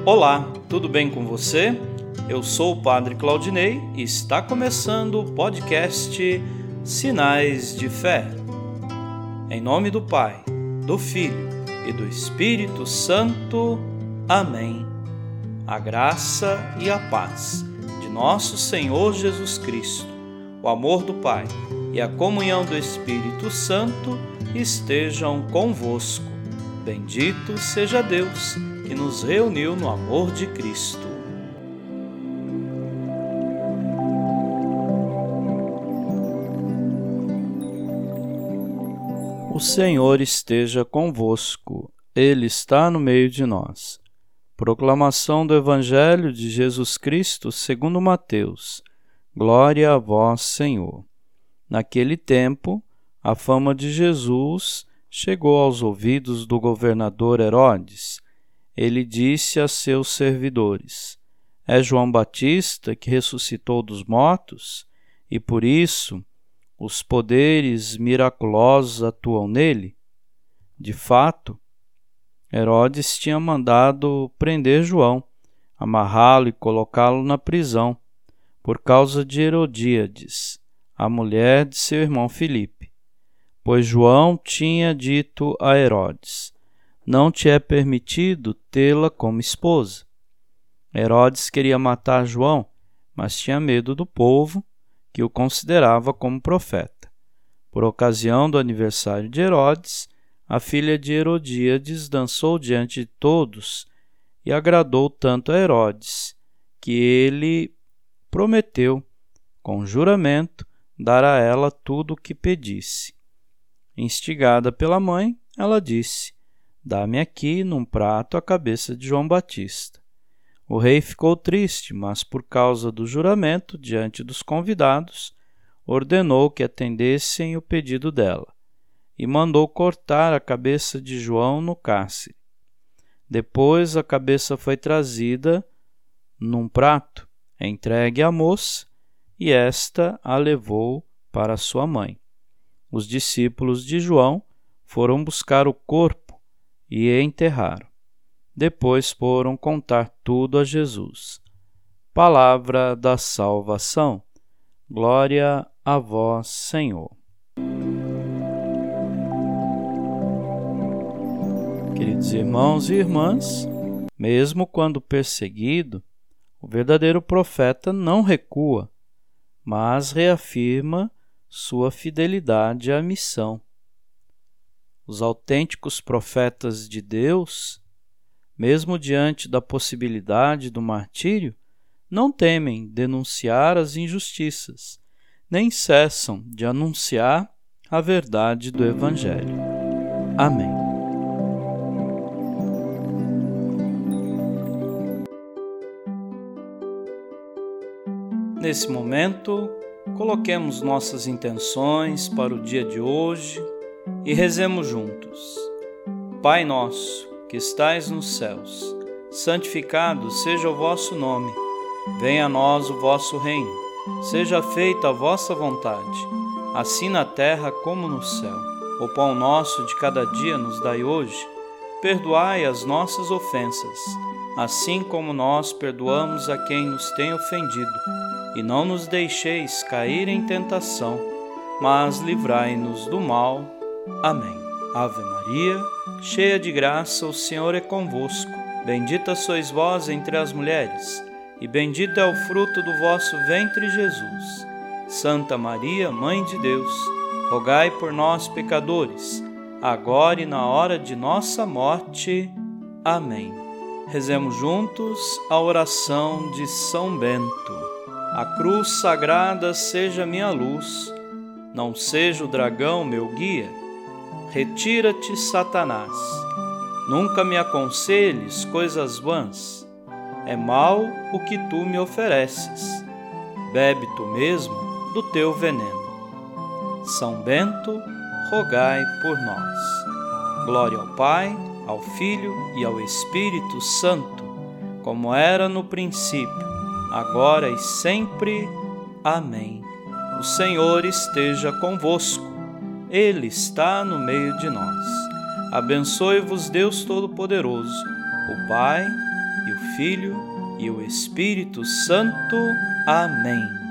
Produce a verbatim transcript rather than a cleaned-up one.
Olá, tudo bem com você? Eu sou o Padre Claudinei e está começando o podcast Sinais de Fé. Em nome do Pai, do Filho e do Espírito Santo. Amém. A graça e a paz de nosso Senhor Jesus Cristo, o amor do Pai e a comunhão do Espírito Santo estejam convosco. Bendito seja Deus que nos reuniu no amor de Cristo. O Senhor esteja convosco, Ele está no meio de nós. Proclamação do Evangelho de Jesus Cristo segundo Mateus. Glória a vós, Senhor. Naquele tempo, a fama de Jesus chegou aos ouvidos do governador Herodes. Ele disse a seus servidores: É João Batista que ressuscitou dos mortos, e por isso os poderes miraculosos atuam nele? De fato, Herodes tinha mandado prender João, amarrá-lo e colocá-lo na prisão, por causa de Herodíades, a mulher de seu irmão Filipe. Pois João tinha dito a Herodes: Não te é permitido tê-la como esposa. Herodes queria matar João, mas tinha medo do povo, que o considerava como profeta. Por ocasião do aniversário de Herodes, a filha de Herodíades dançou diante de todos e agradou tanto a Herodes, que ele prometeu, com juramento, dar a ela tudo o que pedisse. Instigada pela mãe, ela disse: Dá-me aqui, num prato, a cabeça de João Batista. O rei ficou triste, mas por causa do juramento diante dos convidados, ordenou que atendessem o pedido dela e mandou cortar a cabeça de João no cárcere. Depois a cabeça foi trazida num prato, entregue à moça, e esta a levou para sua mãe. Os discípulos de João foram buscar o corpo e o enterraram. Depois foram contar tudo a Jesus. Palavra da salvação. Glória a vós, Senhor. Queridos irmãos e irmãs, mesmo quando perseguido, o verdadeiro profeta não recua, mas reafirma sua fidelidade à missão. Os autênticos profetas de Deus, mesmo diante da possibilidade do martírio, não temem denunciar as injustiças, nem cessam de anunciar a verdade do Evangelho. Amém. Nesse momento, coloquemos nossas intenções para o dia de hoje e rezemos juntos. Pai nosso, que estais nos céus, santificado seja o vosso nome. Venha a nós o vosso reino. Seja feita a vossa vontade, assim na terra como no céu. O pão nosso de cada dia nos dai hoje. Perdoai as nossas ofensas, assim como nós perdoamos a quem nos tem ofendido. E não nos deixeis cair em tentação, mas livrai-nos do mal. Amém. Ave Maria, cheia de graça, o Senhor é convosco. Bendita sois vós entre as mulheres, e bendito é o fruto do vosso ventre, Jesus. Santa Maria, Mãe de Deus, rogai por nós, pecadores, agora e na hora de nossa morte. Amém. Rezemos juntos a oração de São Bento. A cruz sagrada seja minha luz, não seja o dragão meu guia. Retira-te, Satanás. Nunca me aconselhes coisas vãs. É mal o que tu me ofereces. Bebe tu mesmo do teu veneno. São Bento, rogai por nós. Glória ao Pai, ao Filho e ao Espírito Santo, como era no princípio, agora e sempre. Amém. O Senhor esteja convosco. Ele está no meio de nós. Abençoe-vos Deus Todo-Poderoso, o Pai e o Filho, e o Espírito Santo. Amém.